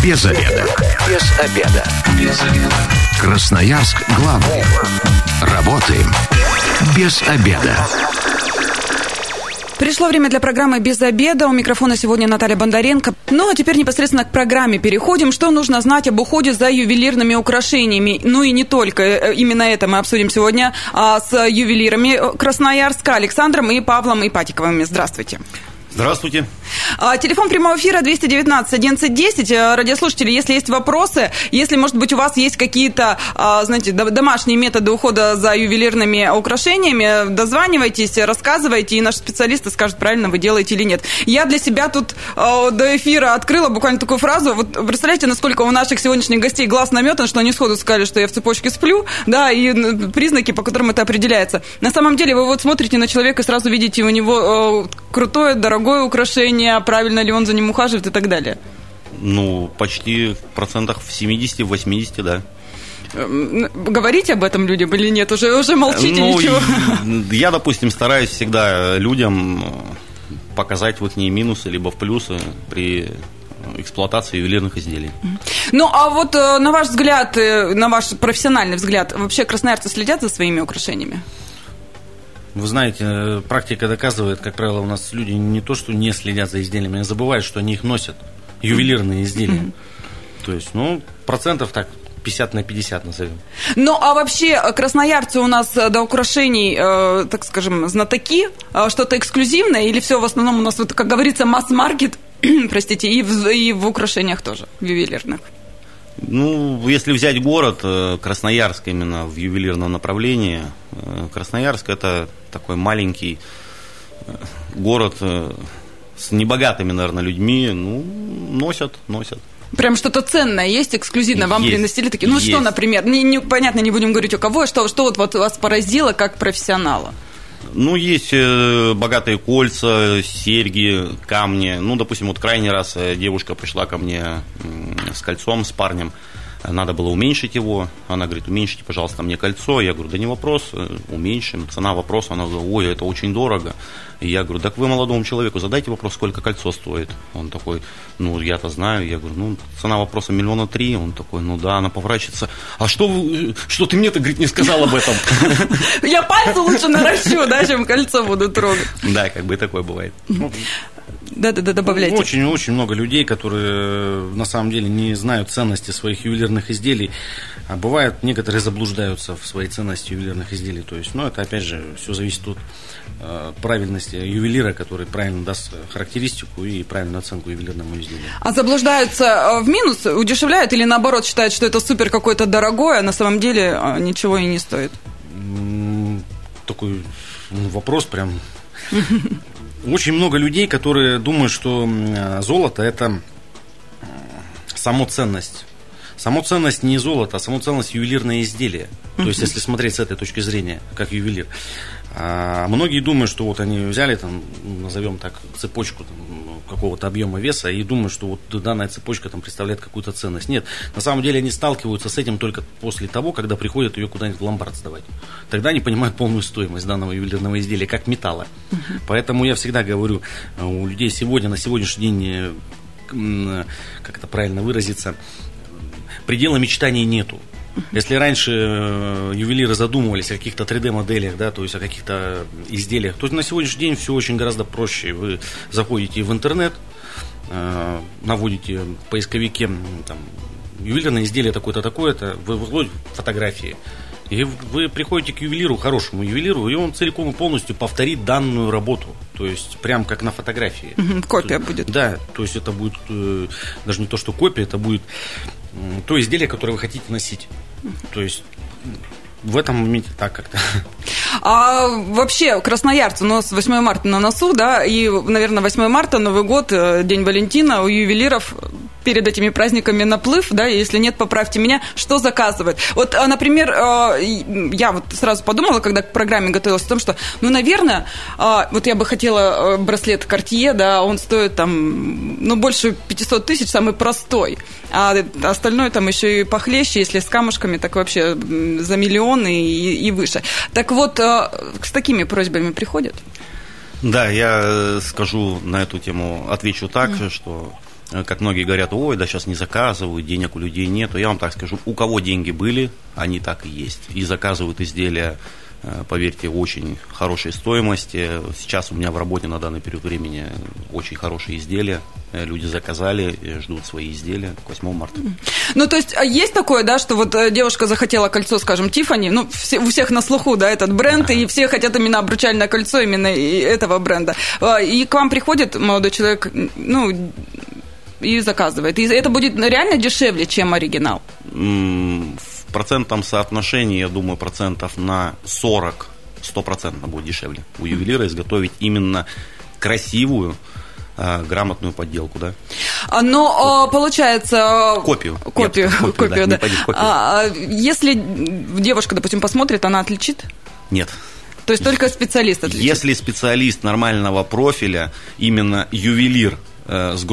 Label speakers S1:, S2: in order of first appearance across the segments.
S1: Без обеда. Без обеда. Без обеда. Красноярск главный. Работаем без обеда.
S2: Пришло время для программы «Без обеда». У микрофона сегодня Наталья Бондаренко. Ну, а теперь непосредственно к программе переходим. Что нужно знать об уходе за ювелирными украшениями? Ну и не только. Именно это мы обсудим сегодня с ювелирами Красноярска Александром и Павлом Ипатиковыми. Здравствуйте.
S3: Здравствуйте.
S2: Телефон прямого эфира 219-11-10. Радиослушатели, если есть вопросы, если, может быть, у вас есть какие-то, знаете, домашние методы ухода за ювелирными украшениями, дозванивайтесь, рассказывайте, и наши специалисты скажут, правильно вы делаете или нет. Я для себя тут до эфира открыла буквально такую фразу. Вот представляете, насколько у наших сегодняшних гостей глаз наметан, что они сходу сказали, что я в цепочке сплю, да, и признаки, по которым это определяется. На самом деле, вы вот смотрите на человека и сразу видите у него крутое, дорогое украшение, правильно ли он за ним ухаживает и так далее.
S3: Ну, почти в процентах в 70-80, да.
S2: Говорите об этом людям или нет? Уже молчите, ничего?
S3: Я, допустим, стараюсь всегда людям показать в их минусы либо в плюсы при эксплуатации ювелирных изделий.
S2: Ну, а вот на ваш взгляд, на ваш профессиональный взгляд, вообще красноярцы следят за своими украшениями?
S4: Вы знаете, практика доказывает, как правило, у нас люди не то, что не следят за изделиями, они забывают, что они их носят, ювелирные изделия. То есть, процентов так 50 на 50 назовем.
S2: Ну, а вообще красноярцы у нас до украшений, так скажем, знатоки, что-то эксклюзивное, или все в основном у нас, вот, как говорится, масс-маркет, простите, и в украшениях тоже, в ювелирных?
S3: Ну, если взять город, Красноярск именно в ювелирном направлении, Красноярск это такой маленький город с небогатыми, наверное, людьми, носят.
S2: Прям что-то ценное есть, эксклюзивно вам
S3: есть,
S2: приносили такие? Ну, есть. Что, например? Понятно, не будем говорить у кого, что вот вас поразило как профессионала?
S3: Ну, есть богатые кольца, серьги, камни. Ну, допустим, вот крайний раз девушка пришла ко мне с кольцом, с парнем. Надо было уменьшить его. Она говорит, уменьшите, пожалуйста, мне кольцо. Я говорю, да не вопрос, уменьшим. Цена вопроса. Она говорит, ой, это очень дорого. И я говорю, так вы молодому человеку задайте вопрос, сколько кольцо стоит. Он такой, я-то знаю. Я говорю, цена вопроса 3 миллиона. Он такой, да. Она поворачивается. А что ты мне-то, говорит, не сказал об этом?
S2: Я пальцы лучше наращу, да, чем кольцо буду трогать.
S3: Да, как бы и такое бывает.
S2: Да, добавляйте.
S4: Очень много людей, которые на самом деле не знают ценности своих ювелирных изделий. А бывает, некоторые заблуждаются в своей ценности ювелирных изделий. То есть, это опять же все зависит от правильности ювелира, который правильно даст характеристику и правильную оценку ювелирному изделию. А
S2: заблуждаются в минус, удешевляют или наоборот считают, что это супер какое-то дорогое, а на самом деле ничего и не стоит?
S4: Такой вопрос прям... Очень много людей, которые думают, что золото – это самоценность. Самоценность не золото, а самоценность ювелирное изделие. То есть, если смотреть с этой точки зрения, как ювелир. А многие думают, что вот они взяли, назовем так, цепочку какого-то объема веса и думают, что вот данная цепочка представляет какую-то ценность. Нет, на самом деле они сталкиваются с этим только после того, когда приходят ее куда-нибудь в ломбард сдавать. Тогда они понимают полную стоимость данного ювелирного изделия, как металла. Поэтому я всегда говорю, у людей сегодня, на сегодняшний день, как это правильно выразиться, предела мечтаний нету. Если раньше ювелиры задумывались о каких-то 3D-моделях, да, то есть о каких-то изделиях, то на сегодняшний день все очень гораздо проще. Вы заходите в интернет, наводите в поисковике ювелирное изделие такое-то, такое-то, вы выводите фотографии, и вы приходите к ювелиру, хорошему ювелиру, и он целиком и полностью повторит данную работу. То есть прям как на фотографии.
S2: Копия будет.
S4: Да, то есть это будет даже не то, что копия, это будет то изделие, которое вы хотите носить. То есть в этом моменте так как-то.
S2: А вообще, красноярцы, у нас 8 марта на носу, да, и, наверное, 8 марта, Новый год, День Валентина, у ювелиров перед этими праздниками наплыв, да, если нет, поправьте меня, что заказывают. Вот, например, я вот сразу подумала, когда к программе готовилась, о том, что, наверное, вот я бы хотела браслет Cartier, да, он стоит больше 500 тысяч, самый простой, а остальное еще и похлеще, если с камушками, так вообще за миллион и выше. Так вот, с такими просьбами приходят?
S3: Да, я скажу на эту тему, отвечу так, что как многие говорят, ой, да сейчас не заказывают, денег у людей нету. Я вам так скажу, у кого деньги были, они так и есть. И заказывают изделия, поверьте, очень хорошей стоимости. Сейчас у меня в работе на данный период времени очень хорошие изделия. Люди заказали, ждут свои изделия к 8 марта.
S2: Ну, то есть, есть такое, да, что вот девушка захотела кольцо, скажем, Тиффани, ну, у всех на слуху, да, этот бренд, и все хотят именно обручальное кольцо именно этого бренда. И к вам приходит молодой человек, ну, и заказывает. И это будет реально дешевле, чем оригинал?
S3: В процентном соотношении, я думаю, процентов на 40, 100% будет дешевле у ювелира изготовить именно красивую, грамотную подделку, да?
S2: Но получается...
S3: Копию,
S2: да. Если девушка, допустим, посмотрит, она отличит?
S3: Нет.
S2: То есть только специалист отличит?
S3: Если специалист нормального профиля, именно ювелир с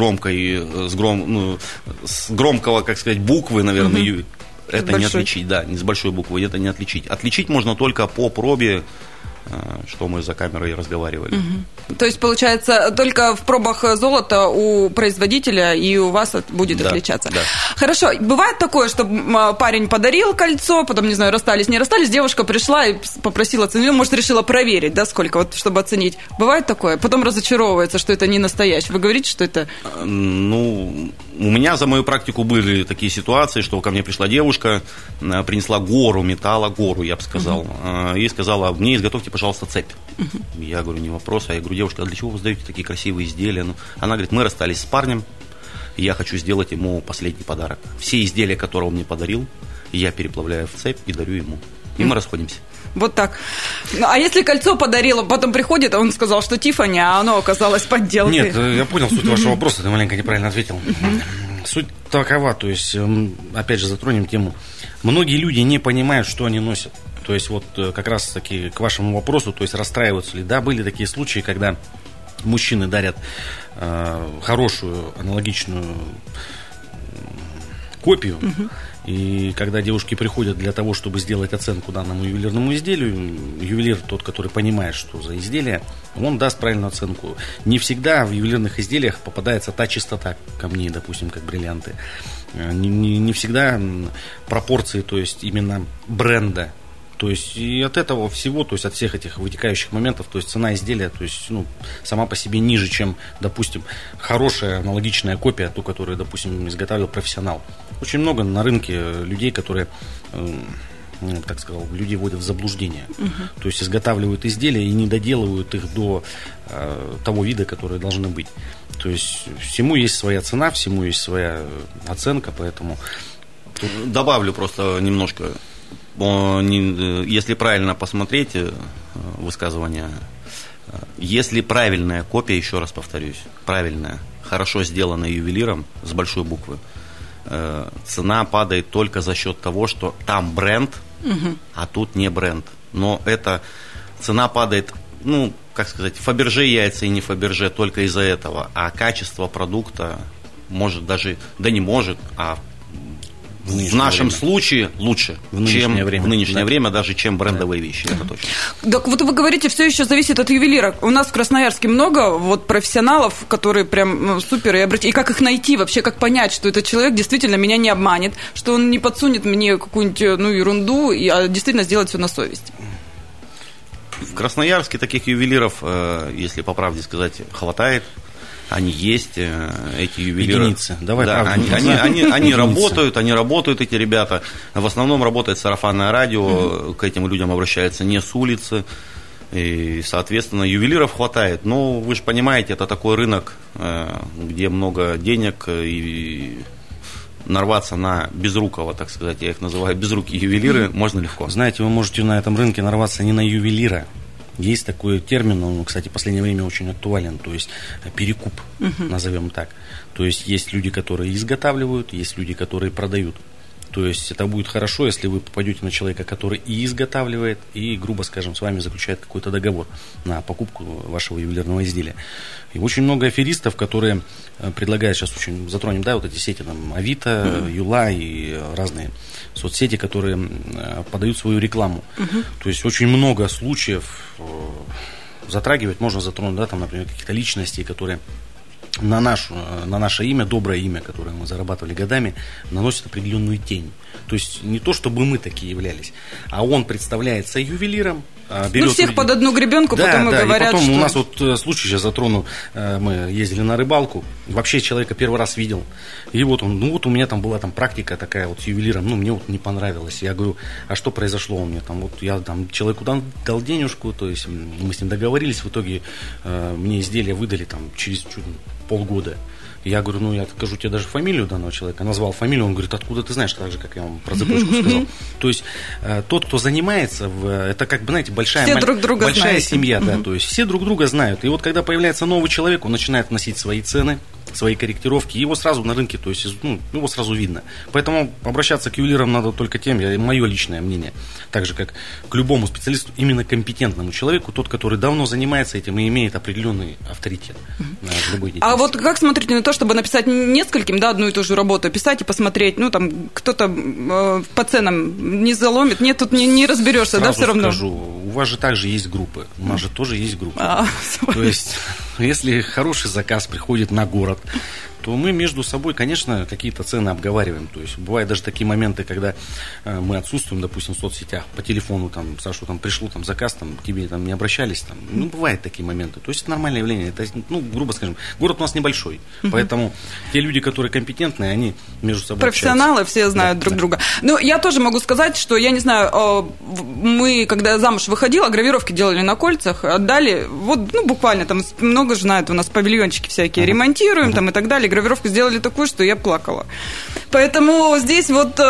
S3: громкого, как сказать, буквы, наверное, это не отличить, да, не с большой буквы, это не отличить. Отличить можно только по пробе, что мы за камерой разговаривали.
S2: То есть, получается, только в пробах золота у производителя и у вас будет отличаться.
S3: Да.
S2: Хорошо. Бывает такое, что парень подарил кольцо, потом, не знаю, расстались, не расстались, девушка пришла и попросила цену, может, решила проверить, да, сколько, вот, чтобы оценить. Бывает такое? Потом разочаровывается, что это не настоящее. Вы говорите, что это...
S3: Ну, у меня за мою практику были такие ситуации, что ко мне пришла девушка, принесла гору металла, гору, я бы сказал, и сказала, мне изготовьте, пожалуйста, цепь. Я говорю, не вопрос. А я говорю, девушка, а для чего вы сдаете такие красивые изделия? Ну, она говорит, мы расстались с парнем, и я хочу сделать ему последний подарок. Все изделия, которые он мне подарил, я переплавляю в цепь и дарю ему. И мы расходимся.
S2: Вот так. Ну, а если кольцо подарила, потом приходит, а он сказал, что Тиффани, а оно оказалось подделкой?
S4: Нет, я понял суть вашего вопроса, ты маленько неправильно ответил. Суть такова, то есть, опять же, затронем тему. Многие люди не понимают, что они носят. То есть, вот как раз таки к вашему вопросу, то есть, расстраиваются ли. Да, были такие случаи, когда мужчины дарят хорошую, аналогичную копию, и когда девушки приходят для того, чтобы сделать оценку данному ювелирному изделию, ювелир, тот, который понимает, что за изделие, он даст правильную оценку. Не всегда в ювелирных изделиях попадается та чистота камней, допустим, как бриллианты. Не всегда пропорции, то есть именно бренда. То есть и от этого всего, то есть от всех этих вытекающих моментов, то есть цена изделия, то есть, ну, сама по себе ниже, чем, допустим, хорошая аналогичная копия, ту, которую, допустим, изготавливал профессионал. Очень много на рынке людей, которые, так сказал, людей вводят в заблуждение. То есть изготавливают изделия и не доделывают их до того вида, которые должны быть. То есть всему есть своя цена, всему есть своя оценка, поэтому...
S3: Добавлю просто немножко. Если правильно посмотреть высказывание, если правильная копия, еще раз повторюсь, правильная, хорошо сделанная ювелиром с большой буквы, цена падает только за счет того, что там бренд, а тут не бренд. Но эта цена падает, ну, как сказать, Фаберже яйца и не Фаберже только из-за этого, а качество продукта может даже, да не может, а в нашем случае лучше, чем в нынешнее время, даже чем брендовые вещи, это точно.
S2: Так вот вы говорите, все еще зависит от ювелира. У нас в Красноярске много вот профессионалов, которые прям супер, и как их найти вообще, как понять, что этот человек действительно меня не обманет, что он не подсунет мне какую-нибудь ерунду, а действительно сделает все на совесть.
S3: В Красноярске таких ювелиров, если по правде сказать, хватает. Они есть, эти ювелиры.
S4: Единицы. Давай,
S3: да, они работают, эти ребята. В основном работает сарафанное радио, к этим людям обращаются не с улицы. И, соответственно, ювелиров хватает. Но вы же понимаете, это такой рынок, где много денег, и нарваться на безрукого, так сказать, я их называю безрукие ювелиры, можно легко.
S4: Знаете, вы можете на этом рынке нарваться не на ювелира. Есть такой термин, он, кстати, в последнее время очень актуален, то есть перекуп, назовем так. То есть есть люди, которые изготавливают, есть люди, которые продают. То есть это будет хорошо, если вы попадете на человека, который и изготавливает, и, грубо скажем, с вами заключает какой-то договор на покупку вашего ювелирного изделия. И очень много аферистов, которые предлагают, сейчас очень затронем, да, вот эти сети, там, Авито, Юла и разные соцсети, которые подают свою рекламу. То есть очень много случаев затрагивать, можно затронуть, да, там, например, каких-то личностей, которые на наше имя, доброе имя, которое мы зарабатывали годами, наносит определенную тень. То есть не то, чтобы мы такие являлись, а он представляется ювелиром.
S2: Берет всех под одну гребенку, потом и говорят,
S4: и потом
S2: что...
S4: у нас вот случай, сейчас затрону, мы ездили на рыбалку, вообще человека первый раз видел, и вот он, у меня там была практика такая вот с ювелиром, мне вот не понравилось. Я говорю, а что произошло у меня там? Вот я человеку дал денежку, то есть мы с ним договорились, в итоге мне изделия выдали через чуть полгода. Я говорю, я скажу тебе даже фамилию данного человека. Назвал фамилию, он говорит, откуда ты знаешь, так же, как я вам про цепочку сказал. То есть тот, кто занимается, это знаете, большая семья, да, то есть все друг друга знают. И вот когда появляется новый человек, он начинает вносить свои цены, свои корректировки, его сразу на рынке, то есть его сразу видно. Поэтому обращаться к ювелирам надо только тем, мое личное мнение, так же, как к любому специалисту, именно компетентному человеку, тот, который давно занимается этим и имеет определенный авторитет в любой деятельности.
S2: А вот как смотрите на то, чтобы написать нескольким, одну и ту же работу, писать и посмотреть, кто-то по ценам не заломит, нет, тут не разберешься,
S4: сразу
S2: все равно.
S4: Скажу, у вас же также есть группы, у нас же тоже есть группы. То есть, если хороший заказ приходит на город, то мы между собой, конечно, какие-то цены обговариваем. То есть бывают даже такие моменты, когда мы отсутствуем, допустим, в соцсетях, по телефону, Сашу, пришло заказ, к тебе не обращались, бывают такие моменты. То есть это нормальное явление. Это, грубо скажем, город у нас небольшой, поэтому те люди, которые компетентные, они между собой
S2: профессионалы,
S4: общаются.
S2: все знают друг друга. Я тоже могу сказать, что, я не знаю, мы, когда замуж выходила, гравировки делали на кольцах, отдали, буквально, много же знают, у нас павильончики всякие ремонтируем, и так далее. Гравировку сделали такую, что я плакала. Поэтому здесь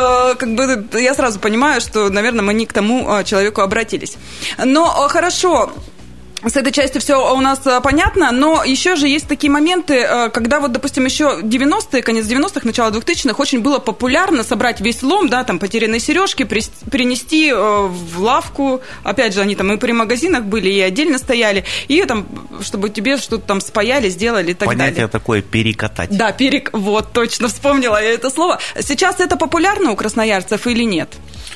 S2: я сразу понимаю, что, наверное, мы не к тому человеку обратились. Но хорошо, с этой частью все у нас понятно, но еще же есть такие моменты, когда допустим, еще 90-е, конец 90-х, начало 2000-х очень было популярно собрать весь лом, потерянные сережки, принести в лавку, опять же, они и при магазинах были, и отдельно стояли, и чтобы тебе что-то спаяли, сделали и так далее.
S3: Понятие такое перекатать.
S2: Да, вот, точно вспомнила я это слово. Сейчас это популярно у красноярцев или нет?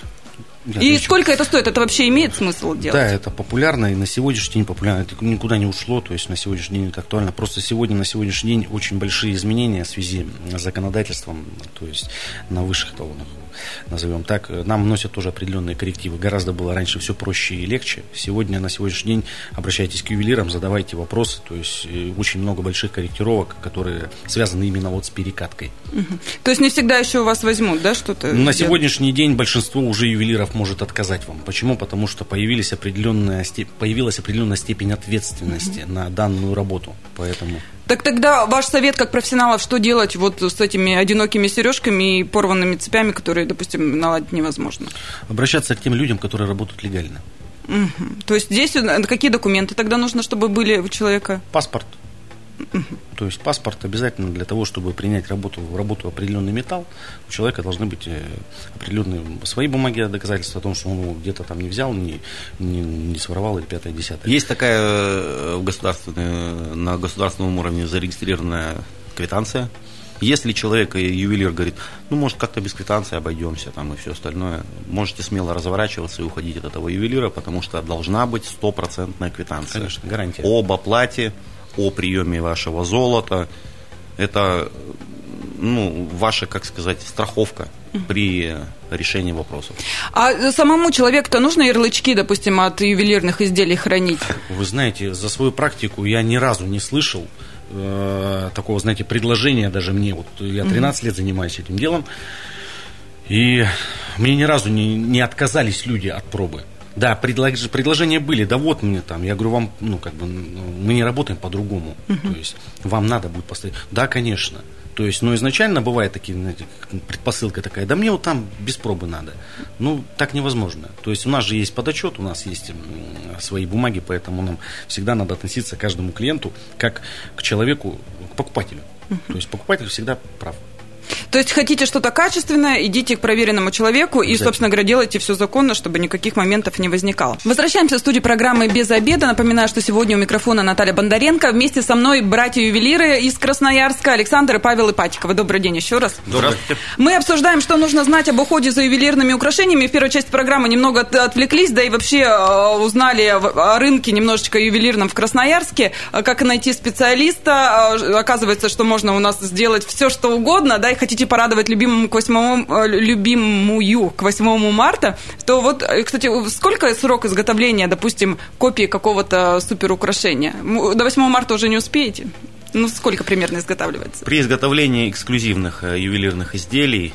S2: И сколько это стоит? Это вообще имеет смысл делать?
S4: Да, это популярно, и на сегодняшний день популярно. Это никуда не ушло, то есть на сегодняшний день это актуально. Просто на сегодняшний день очень большие изменения в связи с законодательством, то есть на высших талонах, назовем так. Нам вносят тоже определенные коррективы. Гораздо было раньше все проще и легче. Сегодня, на сегодняшний день, обращайтесь к ювелирам, задавайте вопросы. То есть очень много больших корректировок, которые связаны именно с перекаткой.
S2: То есть не всегда еще у вас возьмут, да, что-то?
S4: На сегодняшний день большинство уже ювелиров может отказать вам. Почему? Потому что появилась определенная степень ответственности на данную работу. Поэтому...
S2: Так тогда ваш совет как профессионалов, что делать с этими одинокими сережками и порванными цепями, которые, допустим, наладить невозможно?
S4: Обращаться к тем людям, которые работают легально.
S2: То есть здесь какие документы тогда нужно, чтобы были у человека?
S4: Паспорт. То есть паспорт обязательно для того, чтобы принять в работу определенный металл, у человека должны быть определенные свои бумаги, доказательства о том, что он его где-то не взял, не своровал или 5-10.
S3: Есть такая на государственном уровне зарегистрированная квитанция. Если человек, ювелир, говорит, может, как-то без квитанции обойдемся и все остальное, можете смело разворачиваться и уходить от этого ювелира, потому что должна быть 100% квитанция.
S4: Конечно, гарантия.
S3: Об оплате, о приеме вашего золота. Это ваша, страховка при решении вопросов.
S2: А самому человеку-то нужно ярлычки, допустим, от ювелирных изделий хранить?
S4: Вы знаете, за свою практику я ни разу не слышал такого, предложения даже мне. Я 13 лет занимаюсь этим делом, и мне ни разу не отказались люди от пробы. Да, предложения были, мне я говорю, вам, мы не работаем по-другому, то есть вам надо будет поставить. Да, конечно. То есть, изначально бывает такие, предпосылка такая, да мне там без пробы надо. Так невозможно. То есть у нас же есть подотчет, у нас есть свои бумаги, поэтому нам всегда надо относиться к каждому клиенту как к человеку, к покупателю. То есть покупатель всегда прав.
S2: То есть хотите что-то качественное, идите к проверенному человеку и, собственно говоря, делайте все законно, чтобы никаких моментов не возникало. Возвращаемся в студию программы «Без обеда». Напоминаю, что сегодня у микрофона Наталья Бондаренко. Вместе со мной братья-ювелиры из Красноярска Александр и Павел Ипатиковы. Добрый день еще раз.
S3: Здравствуйте.
S2: Мы обсуждаем, что нужно знать об уходе за ювелирными украшениями. В первой части программы немного отвлеклись, да и вообще узнали о рынке немножечко ювелирном в Красноярске, как найти специалиста. Оказывается, что можно у нас сделать все, что угодно, да, и хотите порадовать любимую к 8 марта, то вот, кстати, сколько срок изготовления, допустим, копии какого-то суперукрашения? До 8 марта уже не успеете? Ну, сколько примерно изготавливается?
S3: При изготовлении эксклюзивных ювелирных изделий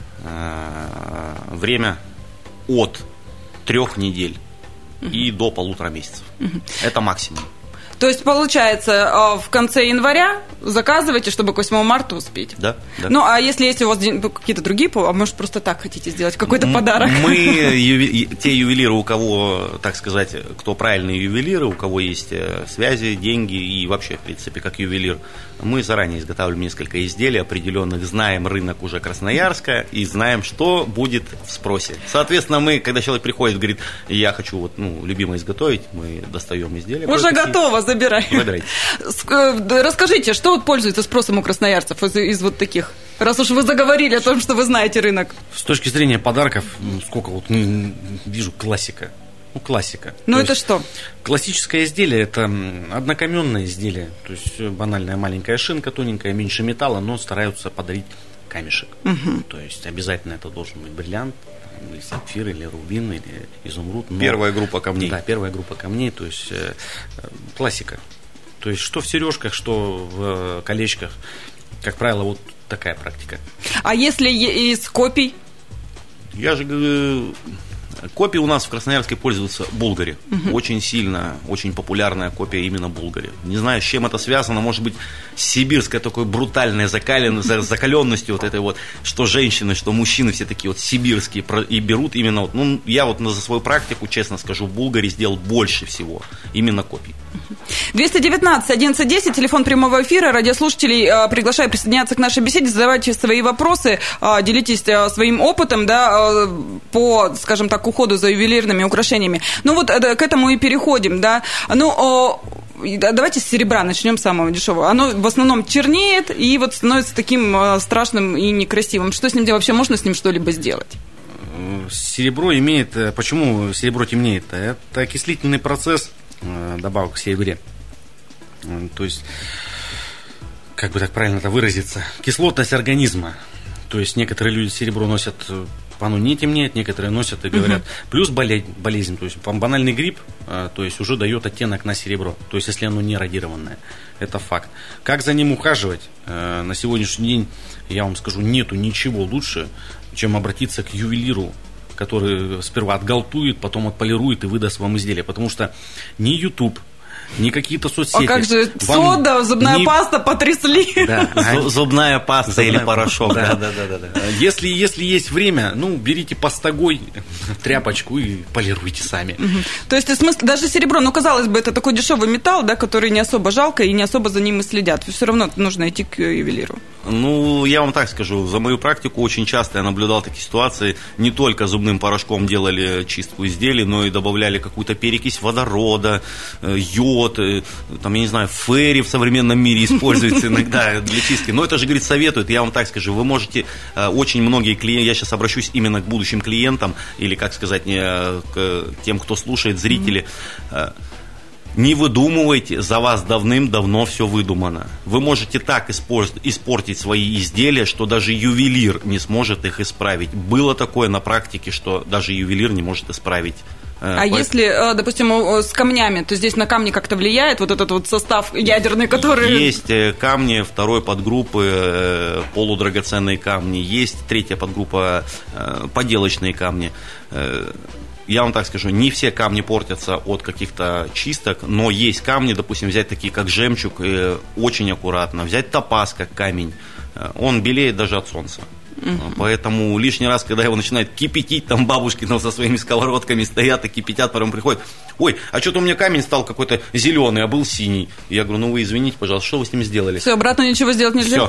S3: время от 3 недель и до 1,5 месяцев. Это максимум.
S2: То есть, получается, в конце января заказывайте, чтобы к 8 марта успеть.
S3: Да, да.
S2: Ну, а если есть у вас какие-то другие, а может, просто так хотите сделать какой-то подарок?
S3: Мы, те ювелиры, у кого, так сказать, кто правильные ювелиры, у кого есть связи, деньги и вообще, в принципе, как ювелир, мы заранее изготавливаем несколько изделий определенных, знаем рынок уже Красноярска и знаем, что будет в спросе. Соответственно, мы, когда человек приходит, говорит, я хочу вот, любимое изготовить, мы достаем изделие.
S2: Уже готово, забирай.
S3: Забирайте.
S2: Расскажите, что пользуется спросом у красноярцев из вот таких? Раз уж вы заговорили о том, что вы знаете рынок.
S4: С точки зрения подарков, сколько вот вижу классика. Классика.
S2: Ну, это что?
S4: Классическое изделие – это однокаменное изделие. То есть банальная маленькая шинка, тоненькая, меньше металла, но стараются подарить камешек. То есть обязательно это должен быть бриллиант, или сапфир, или рубин, или изумруд.
S3: Первая группа камней.
S4: Да, первая группа камней, то есть классика. То есть что в сережках, что в колечках. Как правило, вот такая практика.
S2: А если из копий?
S3: Я же говорю, копии у нас в Красноярске пользуются булгари. Очень сильно, очень популярная копия именно булгари. Не знаю, с чем это связано. Может быть, с сибирской такой брутальной закаленностью вот этой вот, что женщины, что мужчины все такие вот сибирские и берут именно вот. Ну, я вот за свою практику, честно скажу, в Булгаре сделал больше всего именно копий.
S2: 219-11-10, телефон прямого эфира. Радиослушателей приглашаю присоединяться к нашей беседе, задавайте свои вопросы, делитесь своим опытом, да, по, скажем так, уходу за ювелирными украшениями. Ну вот к этому и переходим, да. Ну, давайте с серебра начнем, самого дешевого. Оно в основном чернеет и вот становится таким страшным и некрасивым. Что с ним делать? Вообще можно с ним что-либо сделать?
S4: Серебро имеет... Почему серебро темнеет? Это окислительный процесс добавок к серебре. То есть, как бы так правильно это выразиться, кислотность организма. То есть некоторые люди серебро носят, оно не темнеет, некоторые носят и говорят. Плюс болезнь, то есть банальный грипп, то есть уже дает оттенок на серебро. То есть если оно не радированное, это факт. Как за ним ухаживать? На сегодняшний день, я вам скажу, нету ничего лучше, чем обратиться к ювелиру, который сперва отгалтует, потом отполирует и выдаст вам изделие. Потому что ни YouTube, ни какие-то соцсети.
S2: А как же сода, зубная паста потрясли?
S3: Да, зубная паста или порошок.
S4: Да. Если есть время, берите постогой, тряпочку и полируйте сами.
S2: То есть, смысл, даже серебро, казалось бы, это такой дешевый металл, да, который не особо жалко и не особо за ним и следят. Все равно нужно идти к ювелиру.
S3: Я вам так скажу, за мою практику очень часто я наблюдал такие ситуации, не только зубным порошком делали чистку изделий, но и добавляли какую-то перекись водорода, йод, там, я не знаю, ферри в современном мире используется иногда для чистки. Но это же, говорит, советуют, я вам так скажу, вы можете, очень многие клиенты, я сейчас обращусь именно к будущим клиентам, или, как сказать, к тем, кто слушает, зрители, не выдумывайте, за вас давным-давно все выдумано. Вы можете так испортить свои изделия, что даже ювелир не сможет их исправить. Было такое на практике, что даже ювелир не может исправить.
S2: Если, допустим, с камнями, то здесь на камни как-то влияет вот этот вот состав ядерный, который...
S3: Есть камни второй подгруппы, полудрагоценные камни, есть третья подгруппа, поделочные камни. Я вам так скажу, не все камни портятся от каких-то чисток, но есть камни, допустим, взять такие, как жемчуг, очень аккуратно, взять топаз, как камень, он белеет даже от солнца. Поэтому лишний раз, когда его начинают кипятить, там бабушки со своими сковородками стоят и кипятят, потом приходят, ой, а что-то у меня камень стал какой-то зеленый, а был синий. Я говорю, вы извините, пожалуйста, что вы с ним сделали?
S2: Все, обратно ничего сделать нельзя?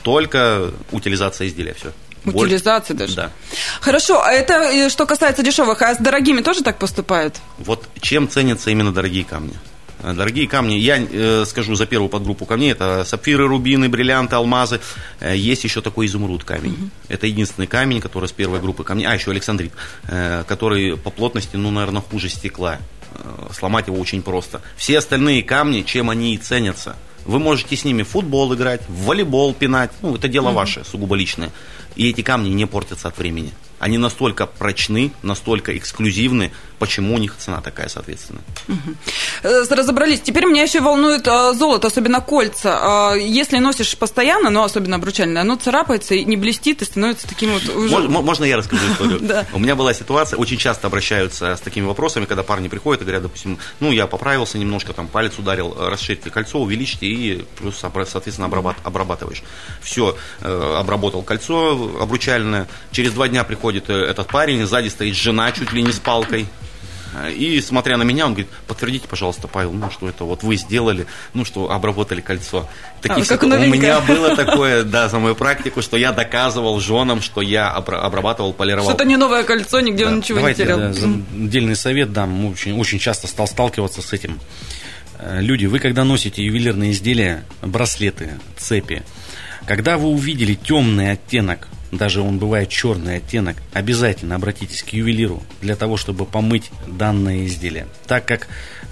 S3: Только утилизация изделия, все.
S2: Утилизация даже?
S3: Да.
S2: Хорошо, а это что касается дешевых, а с дорогими тоже так поступают?
S3: Вот чем ценятся именно дорогие камни? Дорогие камни, я скажу за первую подгруппу камней, это сапфиры, рубины, бриллианты, алмазы. Есть еще такой изумруд камень. Это единственный камень, который с первой группы камней. А, еще александрит, который по плотности, наверное, хуже стекла. Сломать его очень просто. Все остальные камни, чем они и ценятся? Вы можете с ними в футбол играть, в волейбол пинать. Это дело ваше, сугубо личное. И эти камни не портятся от времени. Они настолько прочны, настолько эксклюзивны, почему у них цена такая, соответственно.
S2: Разобрались. Теперь меня еще волнует золото, особенно кольца. Если носишь постоянно, но особенно обручальное, оно царапается и не блестит, и становится таким вот...
S3: Можно я расскажу историю?
S2: Да.
S3: У меня была ситуация, очень часто обращаются с такими вопросами, когда парни приходят и говорят, допустим, я поправился немножко, там палец ударил, расширьте кольцо, увеличьте и плюс, соответственно, обрабатываешь. Все, обработал кольцо обручальное, через 2 дня приходит этот парень, сзади стоит жена чуть ли не с палкой. И, смотря на меня, он говорит: подтвердите, пожалуйста, Павел, что это вот вы сделали, что обработали кольцо. У меня было такое, за мою практику, что я доказывал женам, что я обрабатывал, полировал.
S2: Что-то не новое кольцо, нигде он ничего не терял.
S4: Отдельный совет дам, очень часто стал сталкиваться с этим. Люди, вы когда носите ювелирные изделия, браслеты, цепи, когда вы увидели темный оттенок, даже он бывает черный оттенок, обязательно обратитесь к ювелиру для того, чтобы помыть данное изделие. Так как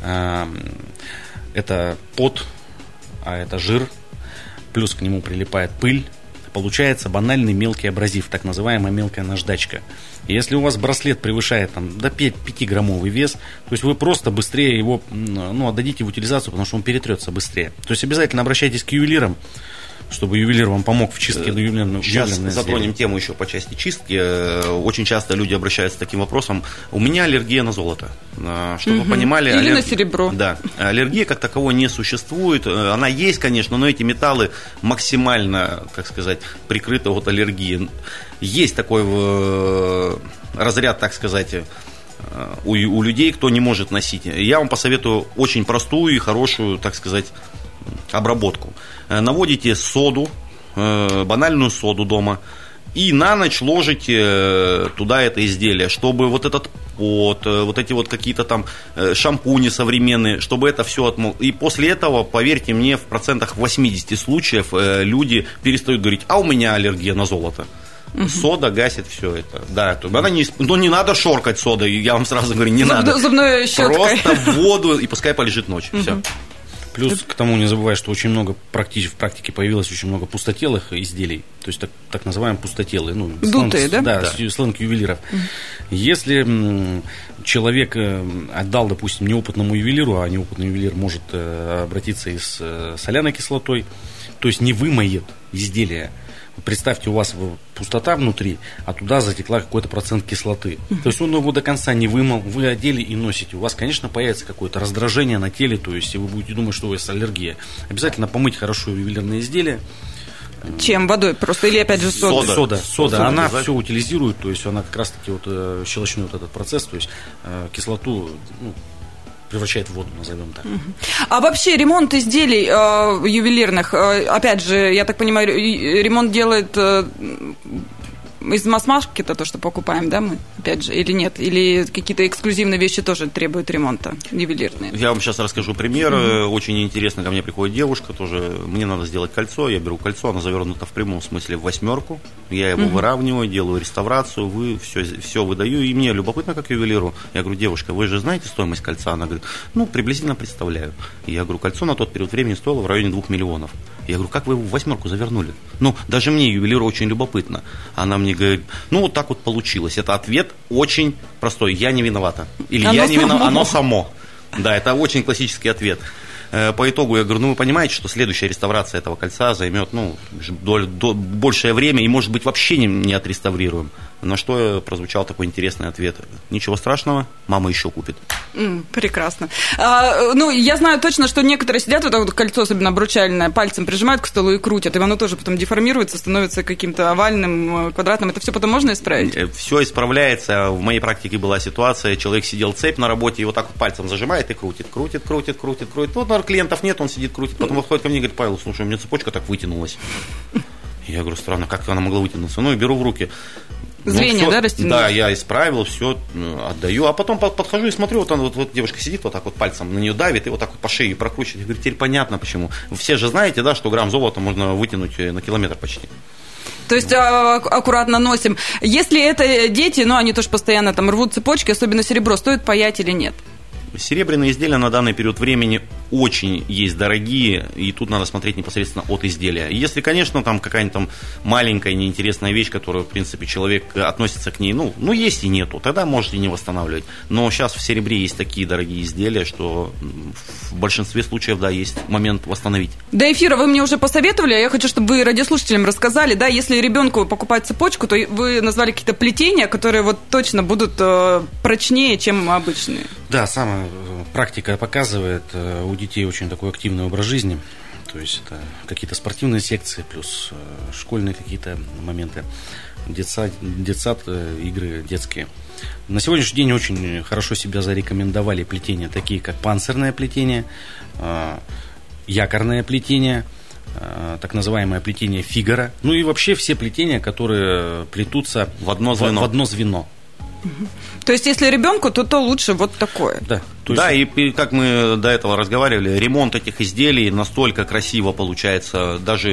S4: это пот, а это жир, плюс к нему прилипает пыль, получается банальный мелкий абразив, так называемая мелкая наждачка. И если у вас браслет превышает до 5-граммовый вес, то есть вы просто быстрее его отдадите в утилизацию, потому что он перетрется быстрее. То есть обязательно обращайтесь к ювелирам, чтобы ювелир вам помог в чистке ювелирного изделия.
S3: Сейчас затронем тему еще по части чистки. Очень часто люди обращаются с таким вопросом: у меня аллергия на золото. Чтобы вы понимали,
S2: или на серебро.
S3: Да, аллергия как таковой не существует. Она есть, конечно, но эти металлы максимально, прикрыты от аллергии. Есть такой разряд, так сказать, у людей, кто не может носить. Я вам посоветую очень простую и хорошую, так сказать, обработку. Наводите соду, банальную соду дома, и на ночь ложите туда это изделие, чтобы вот этот пот, вот эти вот какие-то там шампуни современные, чтобы это все отмыло. И после этого, поверьте мне, в 80% случаев люди перестают говорить: а у меня аллергия на золото. Сода гасит все это. Да, не надо шоркать содой, я вам сразу говорю, не надо.
S2: Зубной щеткой.
S3: Просто в воду, и пускай полежит ночь. Все.
S4: Плюс к тому не забывай, что очень много в практике появилось очень много пустотелых изделий, то есть так называемые пустотелые,
S2: дутые,
S4: сленг ювелиров. Если человек отдал, допустим, неопытному ювелиру, а неопытный ювелир может обратиться и с соляной кислотой, то есть не вымоет изделие. Представьте, у вас пустота внутри, а туда затекла какой-то процент кислоты. То есть он его до конца не вымыл, вы одели и носите. У вас, конечно, появится какое-то раздражение на теле, то есть вы будете думать, что у вас аллергия. Обязательно помыть хорошо ювелирные изделия.
S2: Чем? Водой просто? Или опять же сода?
S4: Сода. Она все утилизирует, то есть она как раз-таки щелочнет этот процесс, то есть кислоту превращает в воду, назовем так.
S2: А вообще ремонт изделий ювелирных, опять же, я так понимаю, ремонт делает из масс-маркета, то, что покупаем, да, мы, опять же, или нет? Или какие-то эксклюзивные вещи тоже требуют ремонта, ювелирные?
S3: Я вам сейчас расскажу пример. Очень интересно, ко мне приходит девушка, тоже мне надо сделать кольцо, я беру кольцо, оно завернуто в прямом смысле в 8, я его выравниваю, делаю реставрацию, все выдаю, и мне любопытно, как ювелиру. Я говорю: девушка, вы же знаете стоимость кольца? Она говорит: приблизительно представляю. И я говорю: кольцо на тот период времени стоило в районе 2 миллионов. Я говорю: как вы его в 8 завернули? Даже мне, ювелиру, очень любопытно. Она мне говорит: вот так вот получилось. Это ответ очень простой: я не виновата. Или я не виновата, оно само. Да, это очень классический ответ. По итогу я говорю: вы понимаете, что следующая реставрация этого кольца займет большее время и, может быть, вообще не отреставрируем. На что прозвучал такой интересный ответ: ничего страшного, мама еще купит.
S2: Прекрасно. Я знаю точно, что некоторые сидят, вот это вот кольцо, особенно обручальное, пальцем прижимают к столу и крутят, и оно тоже потом деформируется, становится каким-то овальным, квадратным. Это все потом можно исправить?
S3: Все исправляется. В моей практике была ситуация: человек сидел цепь на работе, и вот так вот пальцем зажимает и крутит. Вот, наверное, клиентов нет, он сидит, крутит. Потом подходит ко мне и говорит: Павел, слушай, у меня цепочка так вытянулась. Я говорю, странно, как она могла вытянуться? Ну, и беру в руки.
S2: Звенья,
S3: все,
S2: да, растянулись?
S3: Да, я исправил, все отдаю. А потом подхожу и смотрю, вот девушка сидит вот так вот пальцем на нее давит и вот так вот по шее прокручивает. Я говорю, теперь понятно почему. Все же знаете, да, что грамм золота можно вытянуть на километр почти.
S2: То есть аккуратно носим. Если это дети, они тоже постоянно там рвут цепочки, особенно серебро, стоит паять или нет?
S3: Серебряные изделия на данный период времени очень есть дорогие, и тут надо смотреть непосредственно от изделия. Если, конечно, там какая-нибудь там маленькая неинтересная вещь, которую, в принципе, человек относится к ней, есть и нету, тогда можете не восстанавливать. Но сейчас в серебре есть такие дорогие изделия, что в большинстве случаев, да, есть момент восстановить.
S2: До эфира вы мне уже посоветовали, я хочу, чтобы вы радиослушателям рассказали, да, если ребенку покупать цепочку, то вы назвали какие-то плетения, которые вот точно будут прочнее, чем обычные.
S4: Да, самая практика показывает, у детей очень такой активный образ жизни, то есть это какие-то спортивные секции, плюс школьные какие-то моменты, детсад, игры детские. На сегодняшний день очень хорошо себя зарекомендовали плетения, такие как панцирное плетение, якорное плетение, так называемое плетение Фигаро, и вообще все плетения, которые плетутся в одно звено.
S2: То есть, если ребенку, то лучше вот такое.
S4: Да.
S3: Да, и как мы до этого разговаривали, ремонт этих изделий настолько красиво получается, даже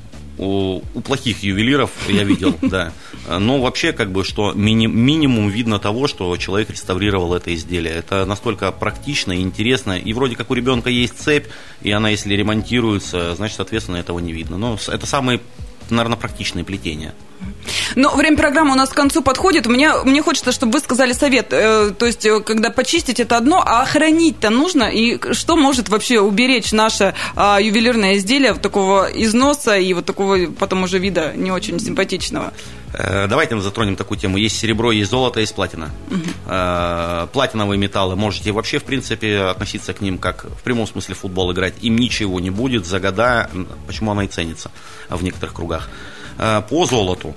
S3: у плохих ювелиров я видел, да. Но вообще, что минимум видно того, что человек реставрировал это изделие. Это настолько практично и интересно. И вроде как у ребенка есть цепь, и она, если ремонтируется, значит, соответственно, этого не видно. Но это самые, наверное, практичные плетения.
S2: Время программы у нас к концу подходит. Мне хочется, чтобы вы сказали совет. То есть, когда почистить это одно, а хранить-то нужно? И что может вообще уберечь наше ювелирное изделие от такого износа и вот такого потом уже вида не очень симпатичного?
S3: Давайте мы затронем такую тему. Есть серебро, есть золото, есть платина. Платиновые металлы, можете вообще, в принципе, относиться к ним как в прямом смысле в футбол играть. Им ничего не будет за года, почему она и ценится в некоторых кругах. По золоту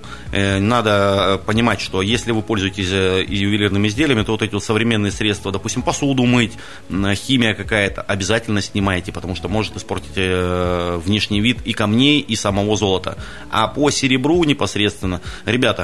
S3: надо понимать, что если вы пользуетесь ювелирными изделиями, то вот эти вот современные средства, допустим, посуду мыть, химия какая-то, обязательно снимайте, потому что может испортить внешний вид и камней, и самого золота. А по серебру непосредственно, ребята,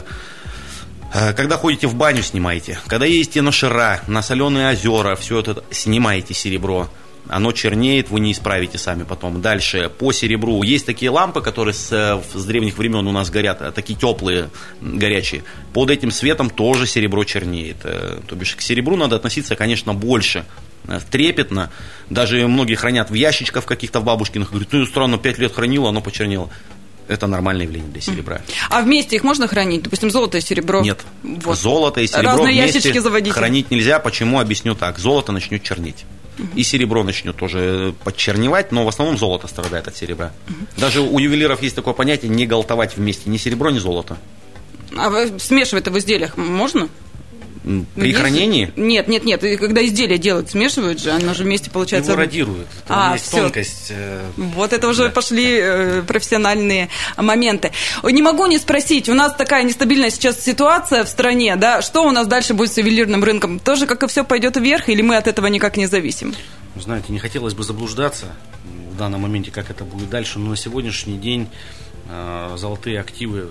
S3: когда ходите в баню, снимайте. Когда ездите на Шира, на соленые озера, все это снимайте серебро. Оно чернеет, вы не исправите сами потом. Дальше, по серебру. Есть такие лампы, которые с древних времен у нас горят, такие теплые, горячие. Под этим светом тоже серебро чернеет. То бишь к серебру надо относиться, конечно, больше трепетно. Даже многие хранят в ящичках каких-то в бабушкиных. Говорят, странно, 5 лет хранило, оно почернело. Это нормальное явление для серебра.
S2: А вместе их можно хранить? Допустим, золото и серебро?
S3: Нет.
S2: Вот.
S3: Золото и серебро
S2: разные
S3: вместе
S2: ящички заводите.
S3: Хранить нельзя. Почему? Объясню так. Золото начнет чернеть. И серебро начнет тоже подчерневать, но в основном золото страдает от серебра. Даже у ювелиров есть такое понятие не галтовать вместе ни серебро, ни золото.
S2: А смешивать-то в изделиях можно?
S3: При хранении?
S2: Нет. Когда изделие делают, смешивают же, оно же вместе получается.
S4: Его радируют. Там есть тонкость.
S2: Вот это уже пошли профессиональные моменты. Не могу не спросить, у нас такая нестабильная сейчас ситуация в стране, да? Что у нас дальше будет с ювелирным рынком? Тоже как и все пойдет вверх, или мы от этого никак не зависим?
S4: Вы знаете, не хотелось бы заблуждаться в данном моменте, как это будет дальше, но на сегодняшний день золотые активы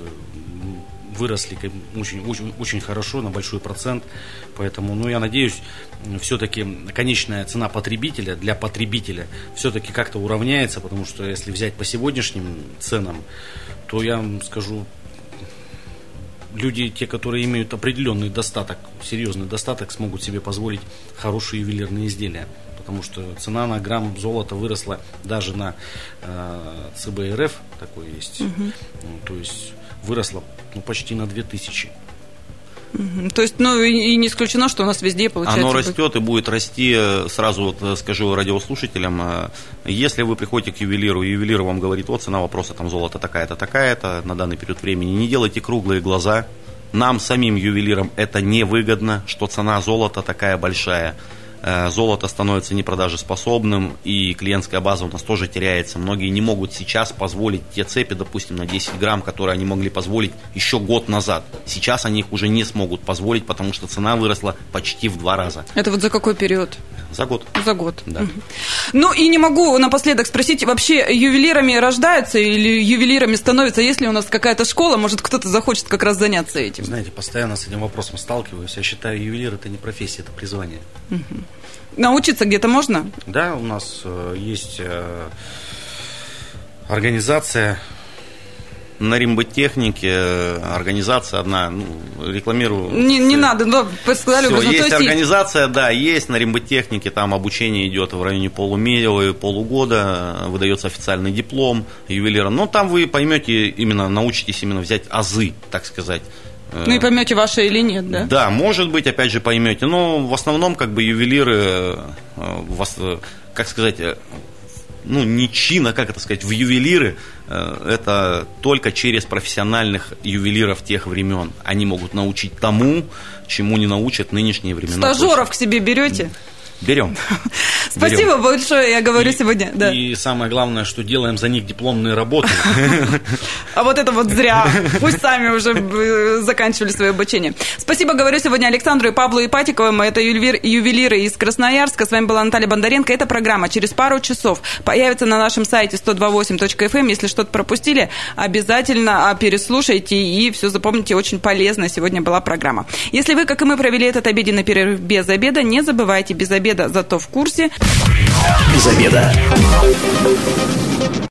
S4: выросли очень хорошо, на большой процент. Поэтому, я надеюсь, все-таки конечная цена потребителя для потребителя все-таки как-то уравняется, потому что если взять по сегодняшним ценам, то я вам скажу, люди, те, которые имеют определенный достаток, серьезный достаток, смогут себе позволить хорошие ювелирные изделия. Потому что цена на грамм золота выросла даже на ЦБ РФ, такой есть, то есть выросла почти на 2000.
S2: То есть, и не исключено, что у нас везде получается.
S3: Оно растет и будет расти. Сразу скажу радиослушателям, если вы приходите к ювелиру, и ювелир вам говорит, цена вопроса, золото такая-то, такая-то, на данный период времени, не делайте круглые глаза. Нам, самим ювелирам, это невыгодно, что цена золота такая большая. Золото становится непродажеспособным, и клиентская база у нас тоже теряется. Многие не могут сейчас позволить те цепи, допустим, на 10 грамм, которые они могли позволить еще год назад. Сейчас они их уже не смогут позволить, потому что цена выросла почти в 2 раза.
S2: Это вот за какой период?
S3: За год.
S2: За год.
S3: Да.
S2: Ну и не могу напоследок спросить, вообще ювелирами рождаются или ювелирами становятся? Если у нас какая-то школа, может, кто-то захочет как раз заняться этим?
S4: Знаете, постоянно с этим вопросом сталкиваюсь. Я считаю, ювелир – это не профессия, это призвание.
S2: Научиться где-то можно?
S4: Да, у нас есть организация.
S3: На римботехнике организация одна, рекламирую.
S2: Не надо, но сказали
S3: уже. Есть
S2: есть
S3: организация, да, есть на римботехнике, там обучение идет в районе полугода, выдается официальный диплом ювелира. Но там вы поймете, именно научитесь именно взять азы, так сказать.
S2: Ну и поймете, ваше или нет, да?
S3: Да, может быть, опять же поймете. Но в основном, как бы, ювелиры, как сказать, не чин, а как это сказать, в ювелиры, это только через профессиональных ювелиров тех времен. Они могут научить тому, чему не научат нынешние времена.
S2: Стажеров к себе берете?
S3: Берем.
S2: Спасибо большое, я говорю сегодня. Да.
S4: И самое главное, что делаем за них дипломные работы.
S2: А вот это вот зря. Пусть сами уже заканчивали свое обучение. Спасибо, говорю сегодня Александру и Павлу Ипатиковым. Это ювелиры из Красноярска. С вами была Наталья Бондаренко. Эта программа через пару часов появится на нашем сайте 128.fm. Если что-то пропустили, обязательно переслушайте и все запомните. Очень полезно сегодня была программа. Если вы, как и мы, провели этот обеденный перерыв без обеда, не забывайте, без обеда зато в курсе.
S1: Без обеда.